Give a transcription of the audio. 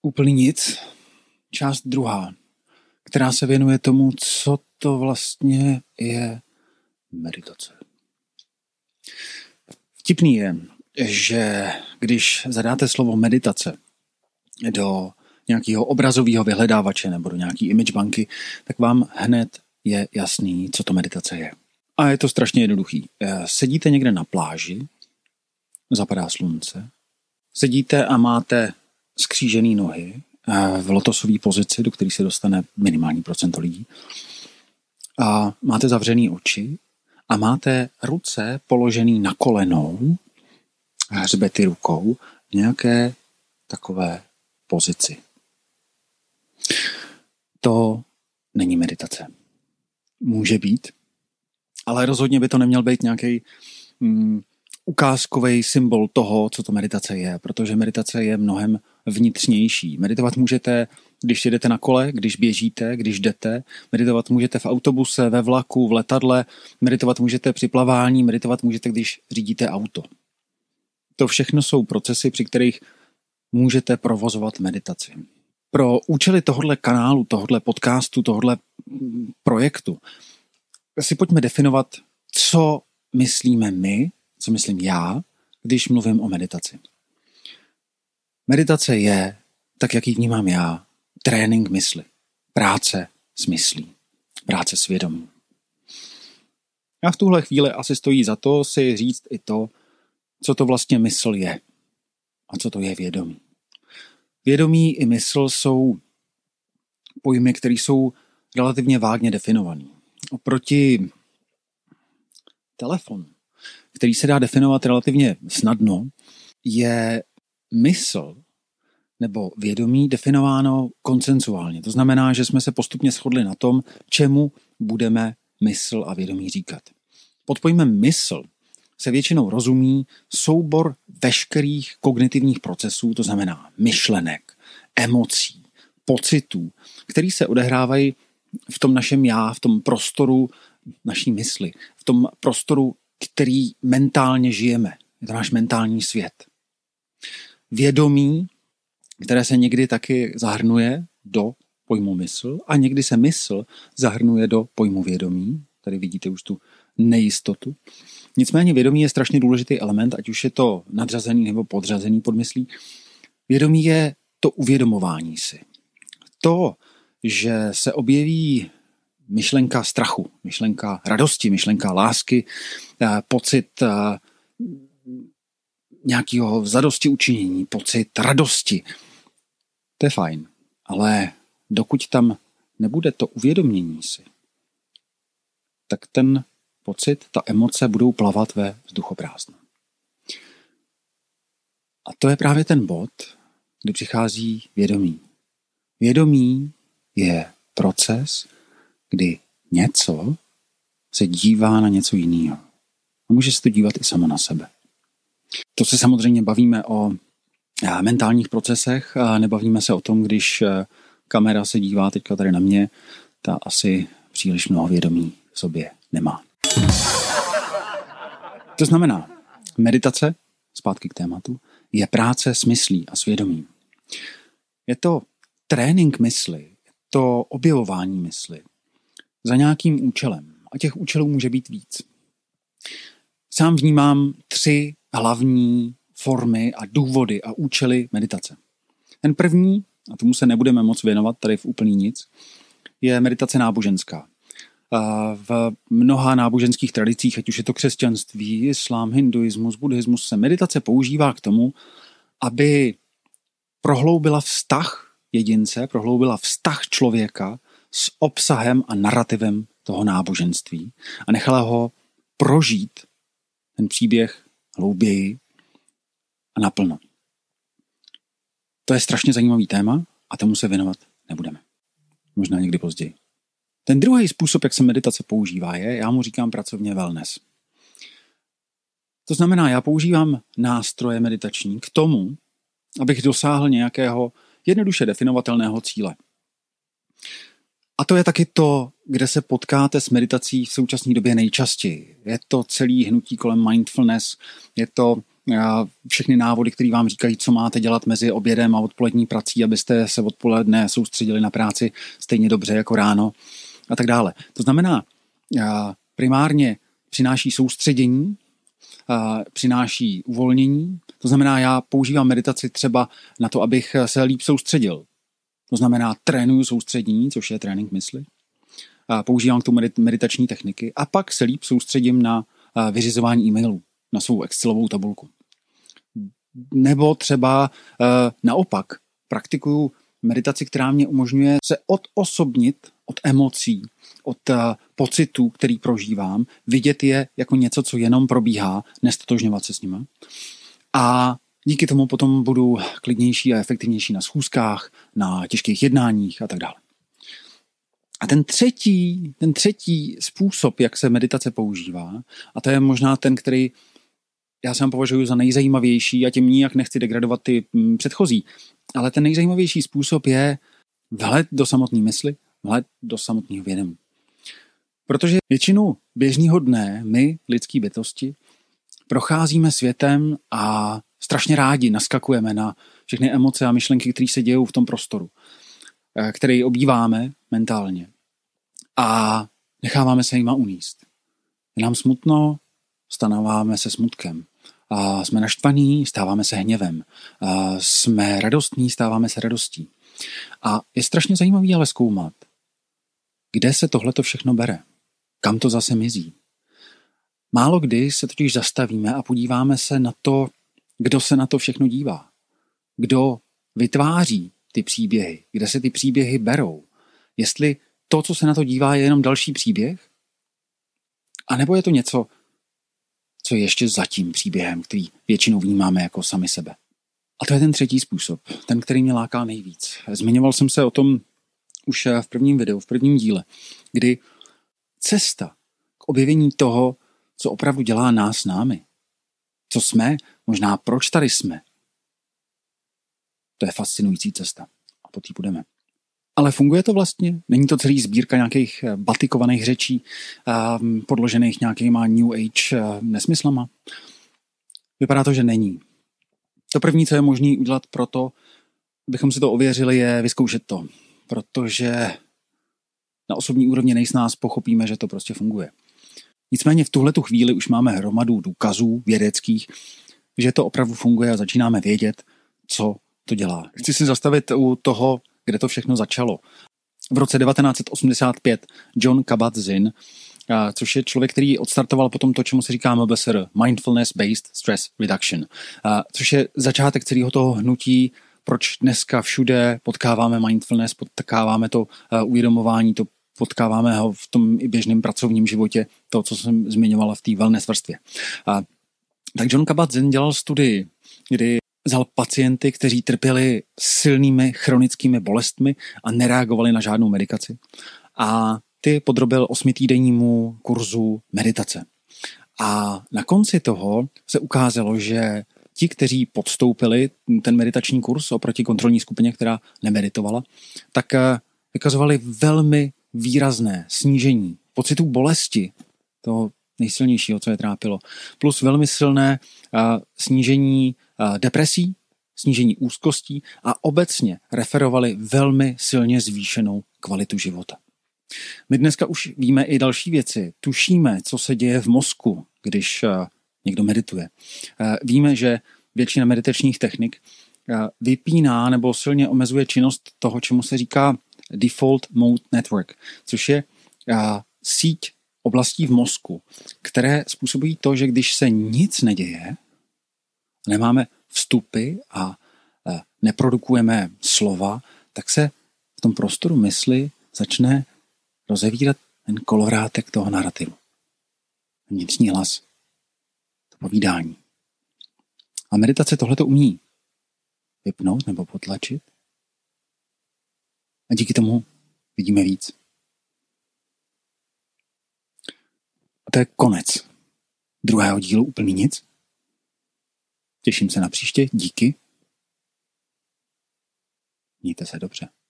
Úplný nic. Část druhá, která se věnuje tomu, co to vlastně je meditace. Vtipný je, že když zadáte slovo meditace do nějakého obrazového vyhledávače nebo do nějaký image banky, tak vám hned je jasný, co to meditace je. A je to strašně jednoduchý. Sedíte někde na pláži, zapadá slunce, sedíte a máte skřížené nohy v lotosové pozici, do které se dostane minimální procento lidí. A máte zavřený oči a máte ruce položený na kolenou, hřbety rukou v nějaké takové pozici. To není meditace. Může být, ale rozhodně by to neměl být nějaký ukázkový symbol toho, co to meditace je, protože meditace je mnohem vnitřnější. Meditovat můžete, když jedete na kole, když běžíte, když jdete, meditovat můžete v autobuse, ve vlaku, v letadle, meditovat můžete při plavání, meditovat můžete, když řídíte auto. To všechno jsou procesy, při kterých můžete provozovat meditaci. Pro účely tohohle kanálu, tohohle podcastu, tohohle projektu si pojďme definovat, co myslíme my, co myslím já, když mluvím o meditaci. Meditace je, tak jak ji vnímám já, trénink mysli, práce s myslí, práce s vědomím. A v tuhle chvíli asi stojí za to si říct i to, co to vlastně mysl je a co to je vědomí. Vědomí i mysl jsou pojmy, které jsou relativně vágně definované. Oproti telefonu, který se dá definovat relativně snadno, je mysl nebo vědomí definováno konsenzuálně. To znamená, že jsme se postupně shodli na tom, čemu budeme mysl a vědomí říkat. Pod pojmem mysl se většinou rozumí soubor veškerých kognitivních procesů, to znamená myšlenek, emocí, pocitů, které se odehrávají v tom našem já, v tom prostoru naší mysli, v tom prostoru, který mentálně žijeme. Je to náš mentální svět. Vědomí, které se někdy taky zahrnuje do pojmu mysl a někdy se mysl zahrnuje do pojmu vědomí. Tady vidíte už tu nejistotu. Nicméně vědomí je strašně důležitý element, ať už je to nadřazený nebo podřazený podmyslí. Vědomí je to uvědomování si. To, že se objeví myšlenka strachu, myšlenka radosti, myšlenka lásky, pocit nějakého zadosti učinění, pocit radosti. To je fajn, ale dokud tam nebude to uvědomění si, tak ten pocit, ta emoce budou plavat ve vzduchoprázdnu. A to je právě ten bod, kdy přichází vědomí. Vědomí je proces, kdy něco se dívá na něco jiného. A může se to dívat i samo na sebe. To se samozřejmě bavíme o mentálních procesech a nebavíme se o tom, když kamera se dívá teďka tady na mě, ta asi příliš mnoho vědomí v sobě nemá. To znamená, meditace, zpátky k tématu, je práce s myslí a s vědomím. Je to trénink mysli, je to objevování mysli za nějakým účelem. A těch účelů může být víc. Sám vnímám 3 hlavní formy a důvody a účely meditace. Ten první, a tomu se nebudeme moc věnovat tady v úplný nic, je meditace náboženská. V mnoha náboženských tradicích, ať už je to křesťanství, islám, hinduismus, buddhismus, se meditace používá k tomu, aby prohloubila vztah jedince, prohloubila vztah člověka s obsahem a narrativem toho náboženství a nechala ho prožít ten příběh hlouběji a naplno. To je strašně zajímavý téma a tomu se věnovat nebudeme. Možná někdy později. Ten druhý způsob, jak se meditace používá, je, já mu říkám pracovně wellness. To znamená, já používám nástroje meditační k tomu, abych dosáhl nějakého jednoduše definovatelného cíle. A to je taky to, kde se potkáte s meditací v současné době nejčastěji. Je to celý hnutí kolem mindfulness, je to všechny návody, které vám říkají, co máte dělat mezi obědem a odpolední prací, abyste se odpoledne soustředili na práci stejně dobře jako ráno a tak dále. To znamená, primárně přináší soustředění, přináší uvolnění. To znamená, já používám meditaci třeba na to, abych se líp soustředil. To znamená, trénuju soustředění, což je trénink mysli. Používám k tomu meditační techniky a pak se líp soustředím na vyřizování e-mailů, na svou Excelovou tabulku. Nebo třeba naopak praktikuju meditaci, která mě umožňuje se odosobnit od emocí, od pocitů, který prožívám, vidět je jako něco, co jenom probíhá, nestotožňovat se s nimi. A díky tomu potom budu klidnější a efektivnější na schůzkách, na těžkých jednáních a tak dále. A ten třetí způsob, jak se meditace používá, a to je možná ten, který já sám považuji za nejzajímavější a tím nijak nechci degradovat ty předchozí, ale ten nejzajímavější způsob je vhled do samotné mysli, vhled do samotného vědomí. Protože většinu běžného dne my, lidský bytosti, procházíme světem a strašně rádi naskakujeme na všechny emoce a myšlenky, které se dějou v tom prostoru, který obýváme mentálně. A necháváme se jima uníst. Je nám smutno, stanáváme se smutkem. A jsme naštvaní, stáváme se hněvem. A jsme radostní, stáváme se radostí. A je strašně zajímavý ale zkoumat, kde se tohleto všechno bere. Kam to zase mizí. Málo kdy se totiž zastavíme a podíváme se na to, kdo se na to všechno dívá. Kdo vytváří ty příběhy, kde se ty příběhy berou. Jestli to, co se na to dívá, je jenom další příběh? A nebo je to něco, co je ještě za tím příběhem, který většinou vnímáme jako sami sebe? A to je ten třetí způsob, ten, který mě láká nejvíc. Zmiňoval jsem se o tom už v prvním videu, v prvním díle, kdy cesta k objevení toho, co opravdu dělá nás námi, co jsme, možná proč tady jsme, to je fascinující cesta. A po té půjdeme. Ale funguje to vlastně? Není to celý sbírka nějakých batikovaných řečí, podložených nějakýma New Age nesmyslama? Vypadá to, že není. To první, co je možné udělat pro to, abychom si to ověřili, je vyzkoušet to. Protože na osobní úrovni nejsnáz pochopíme, že to prostě funguje. Nicméně v tuhletu chvíli už máme hromadu důkazů vědeckých, že to opravdu funguje a začínáme vědět, co to dělá. Chci si zastavit u toho, kde to všechno začalo. V roce 1985 Jon Kabat-Zinn, což je člověk, který odstartoval potom to, čemu se říká MBSR, Mindfulness Based Stress Reduction, což je začátek celého toho hnutí, proč dneska všude potkáváme mindfulness, potkáváme to uvědomování, to potkáváme ho v tom i běžném pracovním životě, to, co jsem zmiňovala v té wellness vrstvě. Tak Jon Kabat-Zinn dělal studii, kdy vzal pacienty, kteří trpěli silnými chronickými bolestmi a nereagovali na žádnou medikaci. A ty podrobil 8týdennímu kurzu meditace. A na konci toho se ukázalo, že ti, kteří podstoupili ten meditační kurz oproti kontrolní skupině, která nemeditovala, tak vykazovali velmi výrazné snížení pocitů bolesti, toho nejsilnějšího, co je trápilo, plus velmi silné snížení depresí, snížení úzkostí a obecně referovali velmi silně zvýšenou kvalitu života. My dneska už víme i další věci. Tušíme, co se děje v mozku, když někdo medituje. Víme, že většina meditačních technik vypíná nebo silně omezuje činnost toho, čemu se říká Default Mode Network, což je síť oblastí v mozku, které způsobují to, že když se nic neděje, nemáme vstupy a neprodukujeme slova, tak se v tom prostoru mysli začne rozevírat ten kolovrátek toho narrativu. Vnitřní hlas, to povídání. A meditace tohleto umí vypnout nebo potlačit. A díky tomu vidíme víc. A to je konec druhého dílu Úplný nic. Těším se na příště. Díky. Mějte se dobře.